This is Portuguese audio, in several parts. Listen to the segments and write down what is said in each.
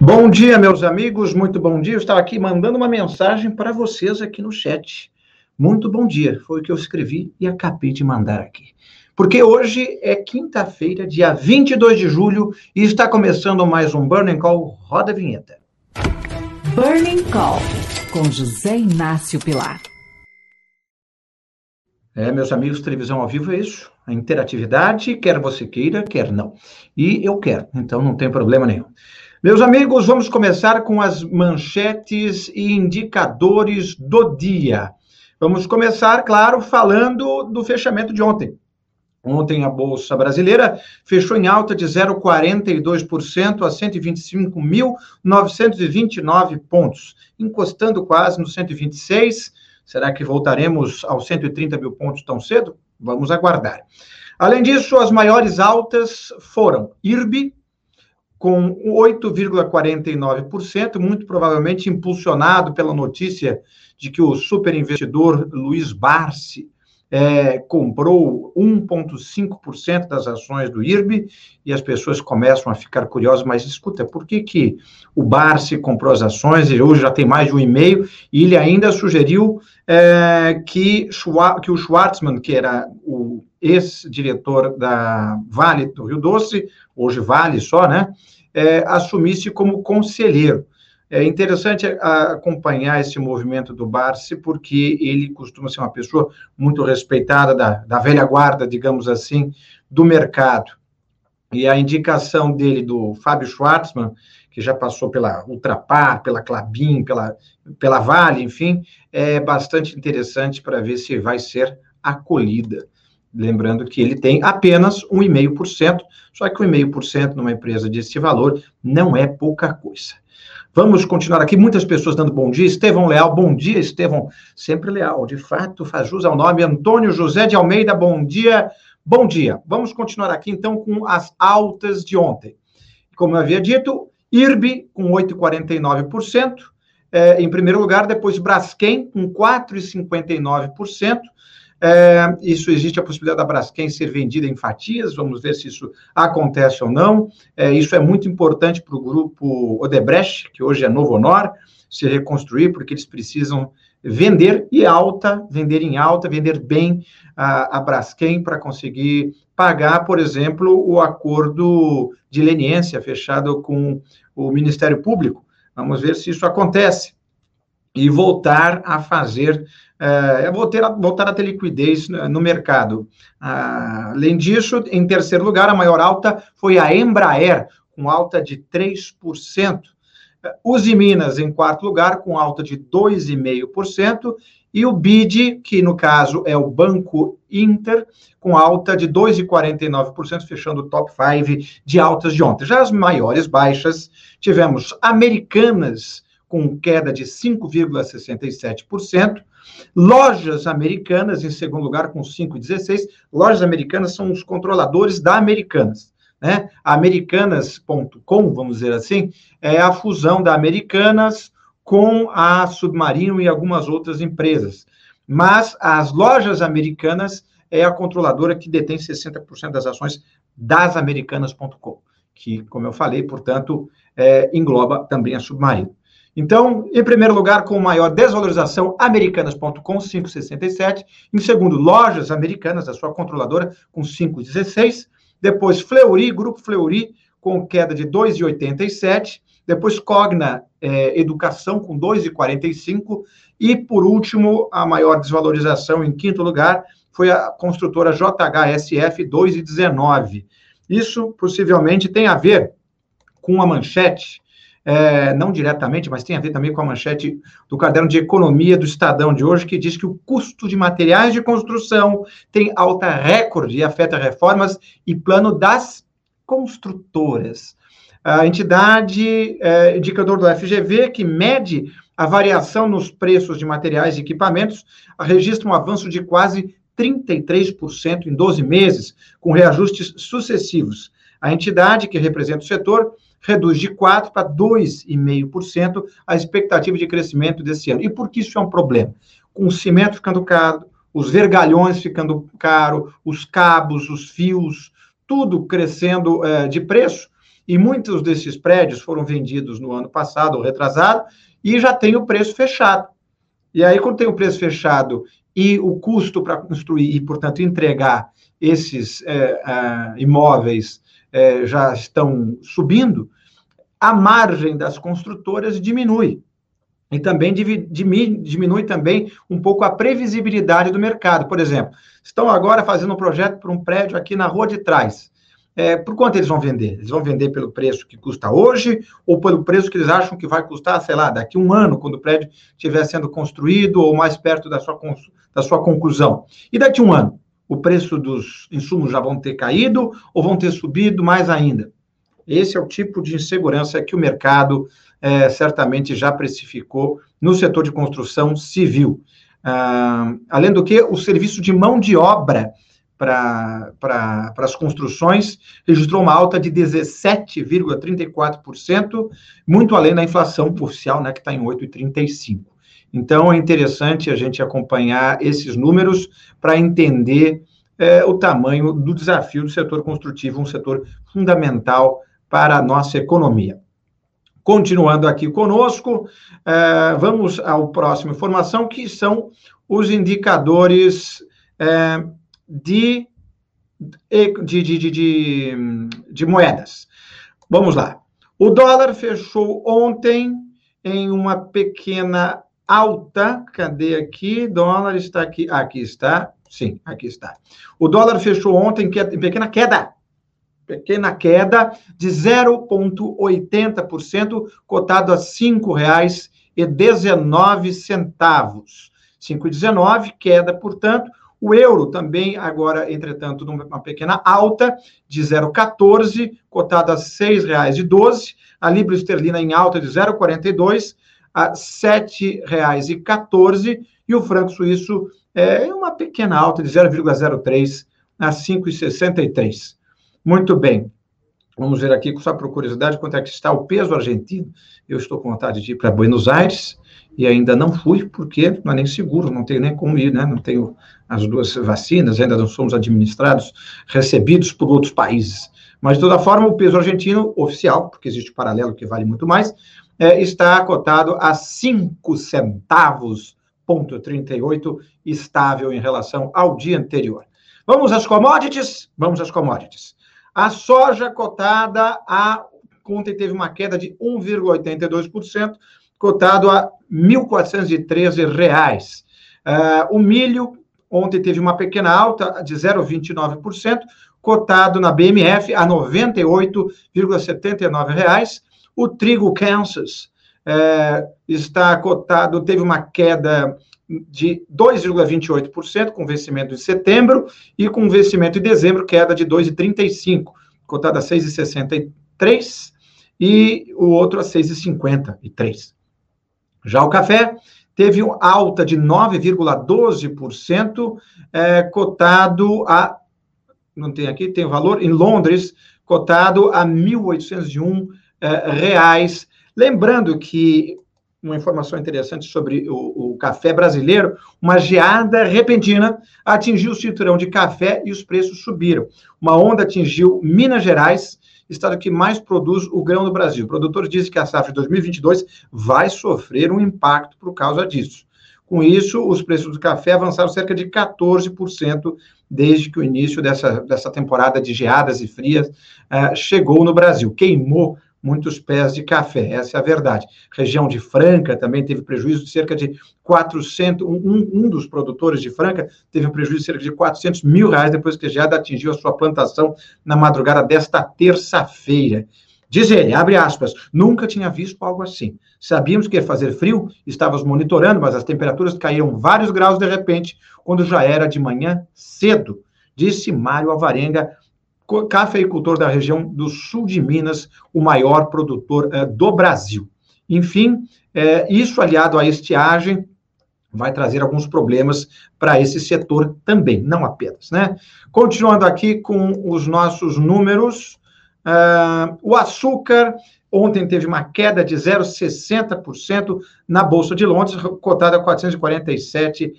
Bom dia, meus amigos, muito bom dia. Eu estava aqui mandando uma mensagem para vocês aqui no chat. Muito bom dia, foi o que eu escrevi e acabei de mandar aqui. Porque hoje é quinta-feira, dia 22 de julho, e está começando mais um Burning Call. Roda a vinheta. Burning Call, com José Inácio Pilar. Meus amigos, televisão ao vivo é isso. A interatividade, quer você queira, quer não. E eu quero, então não tem problema nenhum. Meus amigos, vamos começar com as manchetes e indicadores do dia. Vamos começar, claro, falando do fechamento de ontem. Ontem a Bolsa Brasileira fechou em alta de 0,42% a 125.929 pontos, encostando quase no 126. Será que voltaremos aos 130 mil pontos tão cedo? Vamos aguardar. Além disso, as maiores altas foram IRB, com 8,49%, muito provavelmente impulsionado pela notícia de que o superinvestidor Luiz Barsi comprou 1,5% das ações do IRB, e as pessoas começam a ficar curiosas, mas escuta, por que o Barsi comprou as ações e hoje já tem mais de 1,5%, e ele ainda sugeriu que o Schwartzman, que era o ex-diretor da Vale do Rio Doce, hoje Vale só, né, assumisse como conselheiro. É interessante acompanhar esse movimento do Barsi, porque ele costuma ser uma pessoa muito respeitada da velha guarda, digamos assim, do mercado. E a indicação dele, do Fábio Schwartzman, que já passou pela Ultrapar, pela Klabin, pela Vale, enfim, é bastante interessante para ver se vai ser acolhida. Lembrando que ele tem apenas 1,5%, só que 1,5% numa empresa desse valor não é pouca coisa. Vamos continuar aqui, muitas pessoas dando bom dia. Estevão Leal, bom dia, Estevão, sempre leal, de fato, faz jus ao nome. Antônio José de Almeida, bom dia, bom dia. Vamos continuar aqui, então, com as altas de ontem. Como eu havia dito, IRB com 8,49%, em primeiro lugar, depois Braskem com 4,59%, isso existe a possibilidade da Braskem ser vendida em fatias, vamos ver se isso acontece ou não. Isso é muito importante para o grupo Odebrecht, que hoje é Novo Honor, se reconstruir, porque eles precisam vender em alta, vender bem a Braskem para conseguir pagar, por exemplo, o acordo de leniência fechado com o Ministério Público. Vamos ver se isso acontece. E voltar a fazer, voltar a ter liquidez no mercado. Além disso, em terceiro lugar, a maior alta foi a Embraer, com alta de 3%. Usiminas, em quarto lugar, com alta de 2,5%. E o BID, que no caso é o Banco Inter, com alta de 2,49%, fechando o top 5 de altas de ontem. Já as maiores baixas, tivemos Americanas, com queda de 5,67%. Lojas Americanas, em segundo lugar, com 5,16%. Lojas Americanas são os controladores da Americanas, né? Americanas.com, vamos dizer assim, é a fusão da Americanas com a Submarino e algumas outras empresas. Mas as Lojas Americanas é a controladora que detém 60% das ações das Americanas.com, que, como eu falei, portanto, engloba também a Submarino. Então, em primeiro lugar, com maior desvalorização, Americanas.com, 5,67. Em segundo, Lojas Americanas, a sua controladora, com 5,16. Depois, Fleury, Grupo Fleury, com queda de 2,87. Depois, Cogna Educação, com 2,45. E, por último, a maior desvalorização, em quinto lugar, foi a construtora JHSF, 2,19. Isso, possivelmente, tem a ver com a manchete, não diretamente, mas tem a ver também com a manchete do caderno de economia do Estadão de hoje, que diz que o custo de materiais de construção tem alta recorde e afeta reformas e plano das construtoras. A entidade, indicador do FGV, que mede a variação nos preços de materiais e equipamentos, registra um avanço de quase 33% em 12 meses, com reajustes sucessivos. A entidade, que representa o setor, reduz de 4% para 2,5% a expectativa de crescimento desse ano. E por que isso é um problema? Com o cimento ficando caro, os vergalhões ficando caro, os cabos, os fios, tudo crescendo de preço, e muitos desses prédios foram vendidos no ano passado ou retrasado e já tem o preço fechado. E aí, quando tem o preço fechado e o custo para construir e, portanto, entregar esses imóveis já estão subindo, a margem das construtoras diminui. E também diminui também um pouco a previsibilidade do mercado. Por exemplo, estão agora fazendo um projeto para um prédio aqui na rua de trás. Por quanto eles vão vender? Eles vão vender pelo preço que custa hoje ou pelo preço que eles acham que vai custar, sei lá, daqui a um ano, quando o prédio estiver sendo construído ou mais perto da sua conclusão. E daqui a um ano, o preço dos insumos já vão ter caído ou vão ter subido mais ainda? Esse é o tipo de insegurança que o mercado certamente já precificou no setor de construção civil. Além do que, o serviço de mão de obra para as construções registrou uma alta de 17,34%, muito além da inflação oficial, né, que está em 8,35%. Então, é interessante a gente acompanhar esses números para entender o tamanho do desafio do setor construtivo, um setor fundamental para a nossa economia. Continuando aqui conosco, vamos à próxima informação, que são os indicadores de moedas. Vamos lá. O dólar fechou ontem em uma pequena alta. Cadê aqui? Dólar está aqui. Aqui está. Sim, aqui está. O dólar fechou ontem em pequena queda de 0,80%, cotado a R$ 5,19. 5,19, queda, portanto. O euro também, agora, entretanto, numa pequena alta de 0,14, cotado a R$ 6,12. A libra esterlina em alta de 0,42 a R$ 7,14. E o franco suíço uma pequena alta de 0,03 a 5,63. Muito bem. Vamos ver aqui, só por curiosidade, quanto é que está o peso argentino. Eu estou com vontade de ir para Buenos Aires e ainda não fui, porque não é nem seguro, não tenho nem como ir, né? Não tenho as duas vacinas, ainda não somos recebidos por outros países. Mas, de toda forma, o peso argentino oficial, porque existe o paralelo que vale muito mais, está cotado a 5 centavos, 0,38, estável em relação ao dia anterior. Vamos às commodities? Vamos às commodities. A soja cotada ontem teve uma queda de 1,82%, cotado a R$ 1.413. O milho ontem teve uma pequena alta de 0,29%, cotado na BMF a R$ 98,79. O trigo Kansas está cotado, teve uma queda de 2,28%, com vencimento de setembro, e com vencimento de dezembro, queda de 2,35%, cotado a 6,63%, e o outro a 6,53%. Já o café teve alta de 9,12%, cotado a, não tem aqui, tem o valor, em Londres, cotado a R$ 1.801. Lembrando que uma informação interessante sobre o café brasileiro, uma geada repentina atingiu o cinturão de café e os preços subiram. Uma onda atingiu Minas Gerais, estado que mais produz o grão no Brasil. Produtores dizem que a safra de 2022 vai sofrer um impacto por causa disso. Com isso, os preços do café avançaram cerca de 14% desde que o início dessa temporada de geadas e frias chegou no Brasil. Queimou muitos pés de café, essa é a verdade. Região de Franca também teve prejuízo de cerca de 400, um dos produtores de Franca teve um prejuízo de cerca de R$400 mil depois que a geada atingiu a sua plantação na madrugada desta terça-feira. Diz ele, abre aspas, nunca tinha visto algo assim. Sabíamos que ia fazer frio, estávamos monitorando, mas as temperaturas caíram vários graus de repente, quando já era de manhã cedo, disse Mário Alvarenga, cafeicultor da região do sul de Minas, o maior produtor do Brasil. Enfim, isso aliado à estiagem vai trazer alguns problemas para esse setor também, não apenas, né? Continuando aqui com os nossos números, o açúcar ontem teve uma queda de 0,60% na Bolsa de Londres, cotada a R$ 447.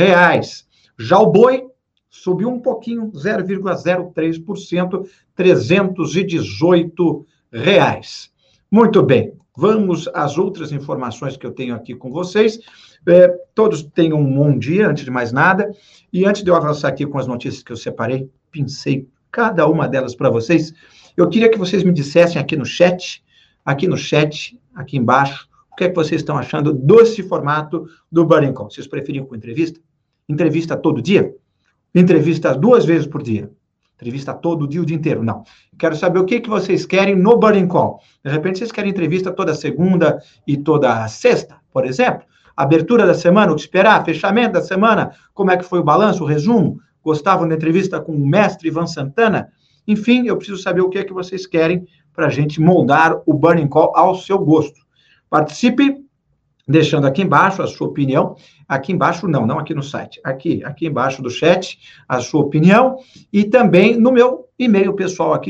Já o boi subiu um pouquinho, 0,03%, R$ 318. Muito bem, vamos às outras informações que eu tenho aqui com vocês. Todos tenham um bom dia, antes de mais nada. E antes de eu avançar aqui com as notícias que eu separei, pincei cada uma delas para vocês, eu queria que vocês me dissessem aqui no chat, aqui embaixo, o que é que vocês estão achando desse formato do Burning Call. Vocês preferiam com entrevista? Entrevista todo dia? Entrevista 2 vezes por dia? Entrevista todo dia, o dia inteiro? Não. Quero saber o que vocês querem no Burning Call. De repente, vocês querem entrevista toda segunda e toda sexta, por exemplo? Abertura da semana, o que esperar? Fechamento da semana? Como é que foi o balanço, o resumo? Gostavam da entrevista com o mestre Ivan Santana? Enfim, eu preciso saber o que é que vocês querem para a gente moldar o Burning Call ao seu gosto. Participe, deixando aqui embaixo a sua opinião. Aqui embaixo, não aqui no site. Aqui embaixo do chat, a sua opinião. E também no meu e-mail pessoal aqui,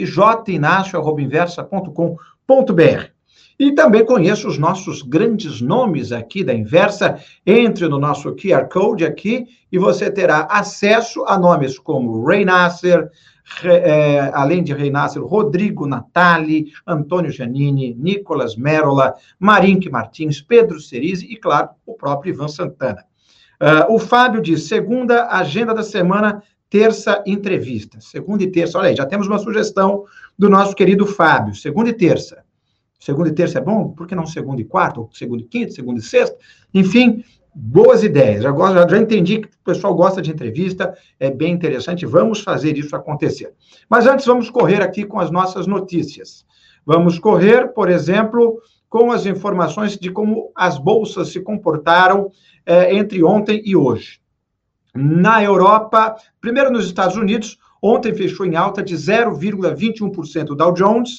jinacio@inversa.com.br. E também conheço os nossos grandes nomes aqui da Inversa. Entre no nosso QR Code aqui e você terá acesso a nomes como Ray Nasser, além de Ray Nasser, Rodrigo Natali, Antônio Giannini, Nicolas Merola, Marinque Martins, Pedro Cerise e, claro, o próprio Ivan Santana. O Fábio diz, segunda, agenda da semana, terça, entrevista. Segunda e terça, olha aí, já temos uma sugestão do nosso querido Fábio. Segunda e terça. Segunda e terça é bom? Por que não segunda e quarta? Ou segunda e quinta, segunda e sexta? Enfim, boas ideias. Já entendi que o pessoal gosta de entrevista, é bem interessante, vamos fazer isso acontecer. Mas antes, vamos correr aqui com as nossas notícias. Vamos correr, por exemplo, com as informações de como as bolsas se comportaram entre ontem e hoje. Na Europa, primeiro nos Estados Unidos, ontem fechou em alta de 0,21% o Dow Jones,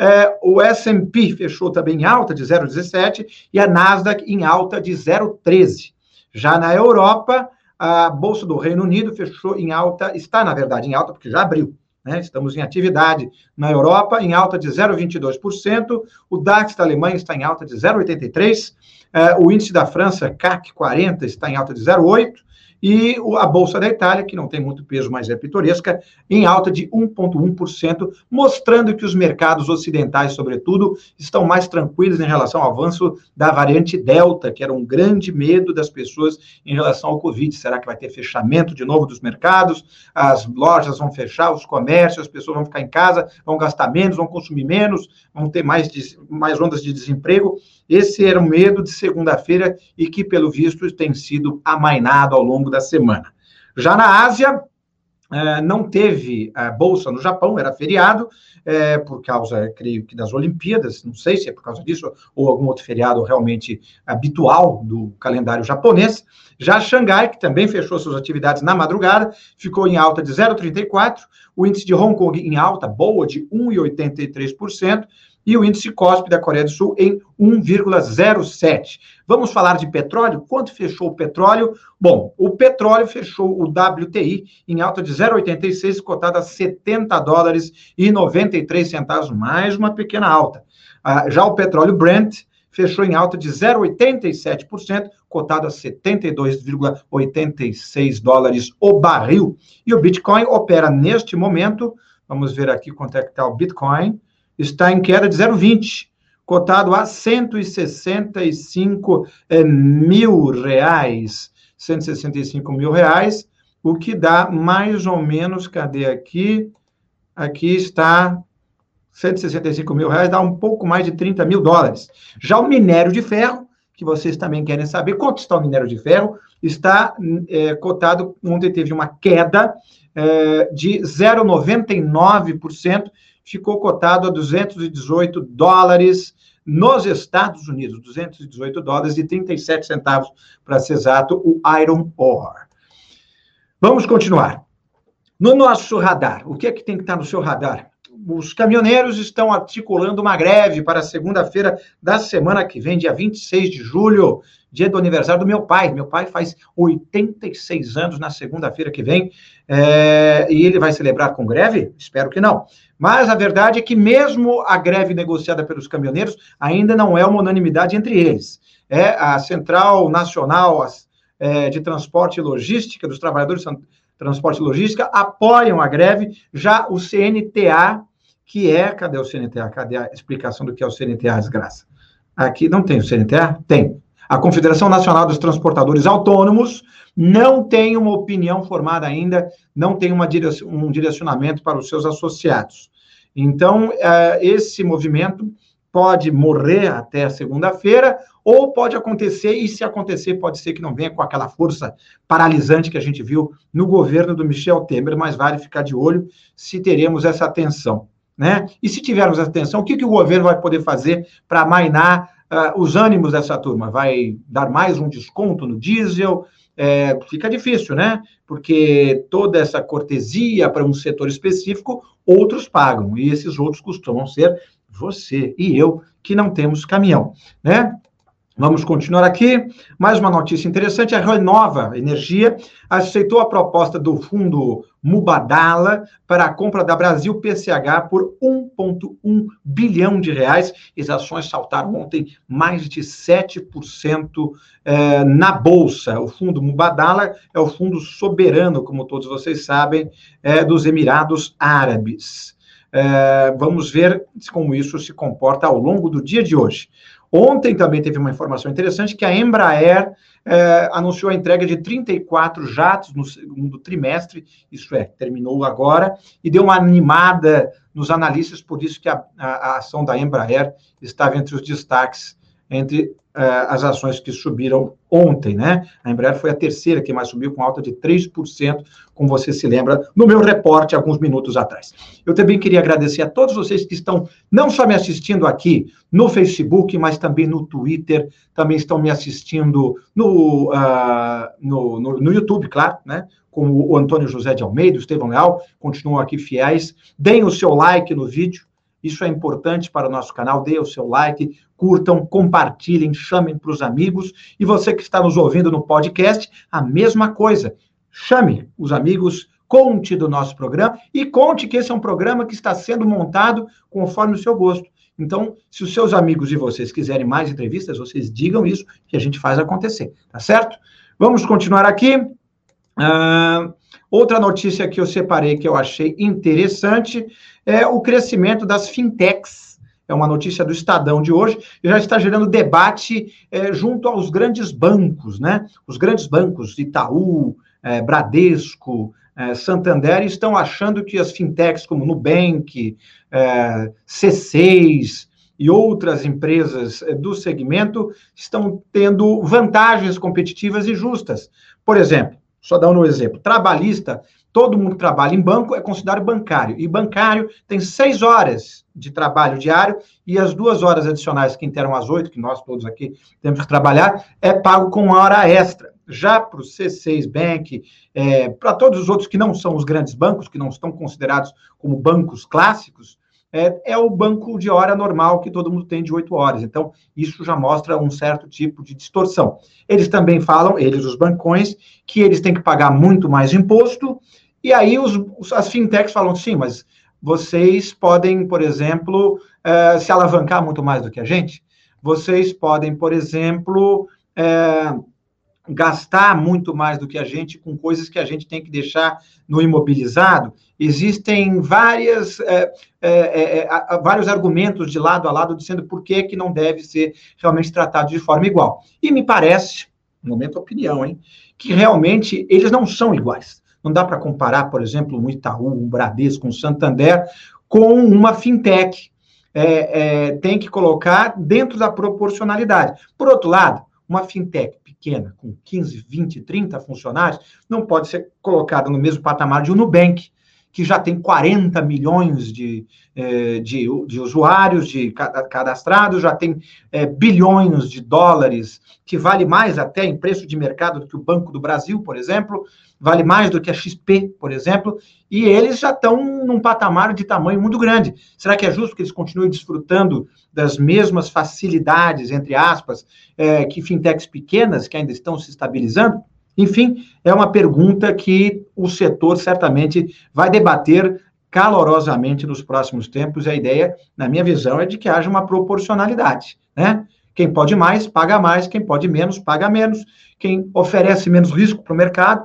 o S&P fechou também em alta de 0,17% e a Nasdaq em alta de 0,13%. Já na Europa, a Bolsa do Reino Unido fechou em alta, está, na verdade, em alta, porque já abriu, né? Estamos em atividade na Europa, em alta de 0,22%, o DAX da Alemanha está em alta de 0,83%, o índice da França, CAC 40, está em alta de 0,8%, e a Bolsa da Itália, que não tem muito peso, mas é pitoresca, em alta de 1,1%, mostrando que os mercados ocidentais, sobretudo, estão mais tranquilos em relação ao avanço da variante Delta, que era um grande medo das pessoas em relação ao Covid. Será que vai ter fechamento de novo dos mercados? As lojas vão fechar, os comércios, as pessoas vão ficar em casa, vão gastar menos, vão consumir menos, vão ter mais ondas de desemprego. Esse era o medo de segunda-feira e que, pelo visto, tem sido amainado ao longo da semana. Já na Ásia, não teve bolsa no Japão, era feriado, por causa, creio que, das Olimpíadas, não sei se é por causa disso ou algum outro feriado realmente habitual do calendário japonês. Já Xangai, que também fechou suas atividades na madrugada, ficou em alta de 0,34%, o índice de Hong Kong em alta boa de 1,83%, e o índice KOSPI da Coreia do Sul em 1,07%. Vamos falar de petróleo? Quanto fechou o petróleo? Bom, o petróleo fechou o WTI em alta de 0,86, cotado a $70,93, mais uma pequena alta. Já o petróleo Brent fechou em alta de 0,87%, cotado a $72,86 o barril. E o Bitcoin opera neste momento, vamos ver aqui quanto é que está o Bitcoin, está em queda de 0,20, cotado a R$165 mil, R$165 mil, o que dá mais ou menos, cadê aqui? Aqui está R$165 mil, dá um pouco mais de $30 mil. Já o minério de ferro, que vocês também querem saber, quanto está o minério de ferro, está cotado, ontem teve uma queda de 0,99%, ficou cotado a $218 nos Estados Unidos, $218,37, para ser exato, o iron ore. Vamos continuar. No nosso radar, o que é que tem que estar no seu radar? Os caminhoneiros estão articulando uma greve para a segunda-feira da semana que vem, dia 26 de julho, dia do aniversário do meu pai. Meu pai faz 86 anos na segunda-feira que vem, e ele vai celebrar com greve? Espero que não. Mas a verdade é que mesmo a greve negociada pelos caminhoneiros ainda não é uma unanimidade entre eles. A Central Nacional de Transporte e Logística, dos Trabalhadores de Transporte e Logística, apoiam a greve. Já o CNTA, que é, cadê o CNTA? Cadê a explicação do que é o CNTA, desgraça? Aqui não tem o CNTA? Tem. A Confederação Nacional dos Transportadores Autônomos não tem uma opinião formada ainda, não tem um direcionamento para os seus associados. Então, esse movimento pode morrer até segunda-feira, ou pode acontecer, e se acontecer, pode ser que não venha com aquela força paralisante que a gente viu no governo do Michel Temer, mas vale ficar de olho se teremos essa atenção, né? E se tivermos essa atenção, o que o governo vai poder fazer para amainar os ânimos dessa turma? Vai dar mais um desconto no diesel? Fica difícil, né? Porque toda essa cortesia para um setor específico, outros pagam, e esses outros costumam ser você e eu, que não temos caminhão, né? Vamos continuar aqui. Mais uma notícia interessante: a Renova Energia aceitou a proposta do fundo Mubadala para a compra da Brasil PCH por 1,1 bilhão de reais. As ações saltaram ontem mais de 7% na Bolsa. O fundo Mubadala é o fundo soberano, como todos vocês sabem, dos Emirados Árabes. Vamos ver como isso se comporta ao longo do dia de hoje. Ontem também teve uma informação interessante que a Embraer anunciou a entrega de 34 jatos no segundo trimestre, isso terminou agora, e deu uma animada nos analistas, por isso que a ação da Embraer estava entre os destaques, entre as ações que subiram ontem, né? A Embraer foi a terceira que mais subiu, com alta de 3%, como você se lembra, no meu reporte, alguns minutos atrás. Eu também queria agradecer a todos vocês que estão não só me assistindo aqui no Facebook, mas também no Twitter, também estão me assistindo no YouTube, claro, né? Como o Antônio José de Almeida, o Estevão Leal, continuam aqui fiéis. Deem o seu like no vídeo, isso é importante para o nosso canal. Deem o seu like, curtam, compartilhem, chamem para os amigos. E você que está nos ouvindo no podcast, a mesma coisa. Chame os amigos, conte do nosso programa e conte que esse é um programa que está sendo montado conforme o seu gosto. Então, se os seus amigos e vocês quiserem mais entrevistas, vocês digam isso que a gente faz acontecer, tá certo? Vamos continuar aqui. Outra notícia que eu separei que eu achei interessante é o crescimento das fintechs. É uma notícia do Estadão de hoje, e já está gerando debate junto aos grandes bancos, né? Os grandes bancos, Itaú, Bradesco, Santander, estão achando que as fintechs como Nubank, C6 e outras empresas do segmento estão tendo vantagens competitivas e justas. Por exemplo, só dando um exemplo, trabalhista, todo mundo que trabalha em banco é considerado bancário, e bancário tem 6 horas de trabalho diário, e as 2 horas adicionais que interam as 8, que nós todos aqui temos que trabalhar, é pago com 1 hora extra. Já para o C6 Bank, para todos os outros que não são os grandes bancos, que não estão considerados como bancos clássicos, é o banco de hora normal que todo mundo tem de 8 horas. Então, isso já mostra um certo tipo de distorção. Eles também falam, os bancões, que eles têm que pagar muito mais imposto, e aí as fintechs falam, sim, mas vocês podem, por exemplo, se alavancar muito mais do que a gente. Vocês podem, por exemplo, gastar muito mais do que a gente com coisas que a gente tem que deixar no imobilizado. Existem vários argumentos de lado a lado dizendo por que não deve ser realmente tratado de forma igual. E me parece, no momento opinião, que realmente eles não são iguais. Não dá para comparar, por exemplo, um Itaú, um Bradesco, um Santander com uma fintech. Tem que colocar dentro da proporcionalidade. Por outro lado, uma fintech pequena, com 15, 20, 30 funcionários, não pode ser colocada no mesmo patamar de um Nubank, que já tem 40 milhões de usuários cadastrados, já tem bilhões de dólares, que vale mais até em preço de mercado do que o Banco do Brasil, por exemplo, vale mais do que a XP, por exemplo, e eles já estão num patamar de tamanho muito grande. Será que é justo que eles continuem desfrutando das mesmas facilidades, entre aspas, que fintechs pequenas, que ainda estão se estabilizando? Enfim, é uma pergunta que o setor certamente vai debater calorosamente nos próximos tempos. A ideia, na minha visão, é de que haja uma proporcionalidade, né? Quem pode mais, paga mais. Quem pode menos, paga menos. Quem oferece menos risco para o mercado,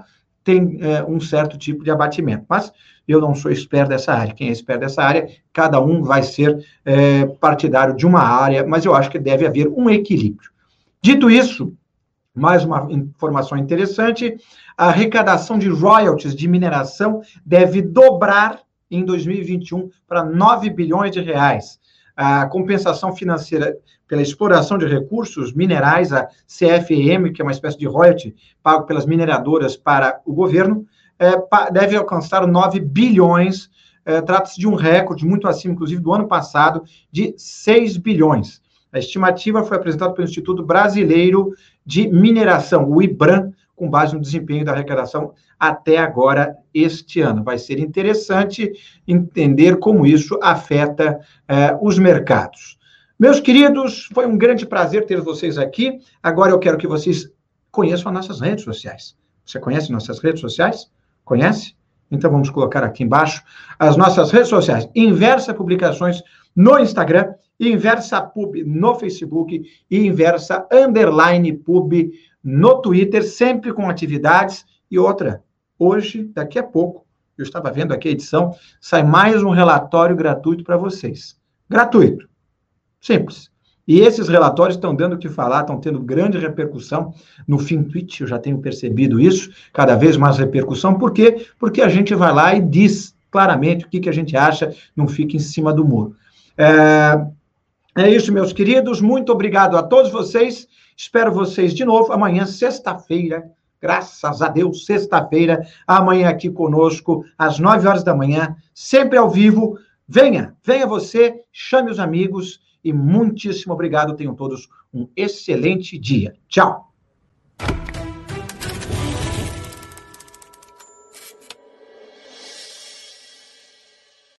tem um certo tipo de abatimento. Mas eu não sou expert dessa área. Quem é expert dessa área, cada um vai ser partidário de uma área, mas eu acho que deve haver um equilíbrio. Dito isso, mais uma informação interessante, a arrecadação de royalties de mineração deve dobrar em 2021 para 9 bilhões de reais. A compensação financeira pela exploração de recursos minerais, a CFM, que é uma espécie de royalty pago pelas mineradoras para o governo, deve alcançar 9 bilhões. Trata-se de um recorde muito acima, inclusive, do ano passado, de 6 bilhões. A estimativa foi apresentada pelo Instituto Brasileiro de Mineração, o IBRAM, com base no desempenho da arrecadação até agora, este ano. Vai ser interessante entender como isso afeta os mercados. Meus queridos, foi um grande prazer ter vocês aqui. Agora eu quero que vocês conheçam as nossas redes sociais. Você conhece nossas redes sociais? Conhece? Então vamos colocar aqui embaixo as nossas redes sociais. Inversa Publicações no Instagram, Inversa Pub no Facebook e Inversa _Pub no Twitter, sempre com atividades. E outra, hoje, daqui a pouco, eu estava vendo aqui a edição, sai mais um relatório gratuito para vocês. Gratuito. Simples. E esses relatórios estão dando o que falar, estão tendo grande repercussão no FinTwitch, eu já tenho percebido isso, cada vez mais repercussão. Por quê? Porque a gente vai lá e diz claramente o que a gente acha, não fica em cima do muro. É isso, meus queridos. Muito obrigado a todos vocês. Espero vocês de novo amanhã, sexta-feira. Graças a Deus, sexta-feira. Amanhã aqui conosco, às 9 horas da manhã, sempre ao vivo. Venha você, chame os amigos e muitíssimo obrigado. Tenham todos um excelente dia. Tchau.